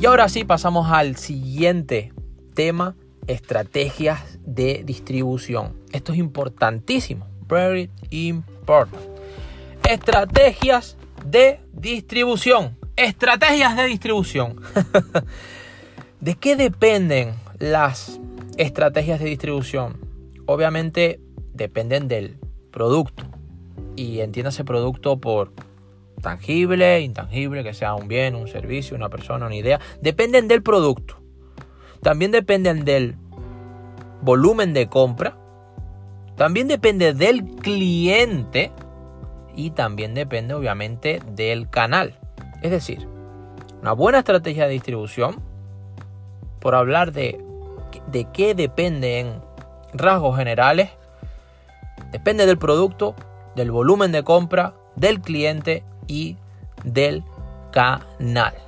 Y ahora sí pasamos al siguiente tema, estrategias de distribución. Esto es importantísimo, very important. Estrategias de distribución. Estrategias de distribución. ¿De qué dependen las estrategias de distribución? Obviamente dependen del producto. Y entiéndase producto por tangible, intangible, que sea un bien, un servicio, una persona, una idea. Dependen del producto. También dependen del volumen de compra. También depende del cliente. Y también depende obviamente del canal. Es decir, una buena estrategia de distribución, por hablar de qué depende en rasgos generales, depende del producto, del volumen de compra, del cliente y del canal.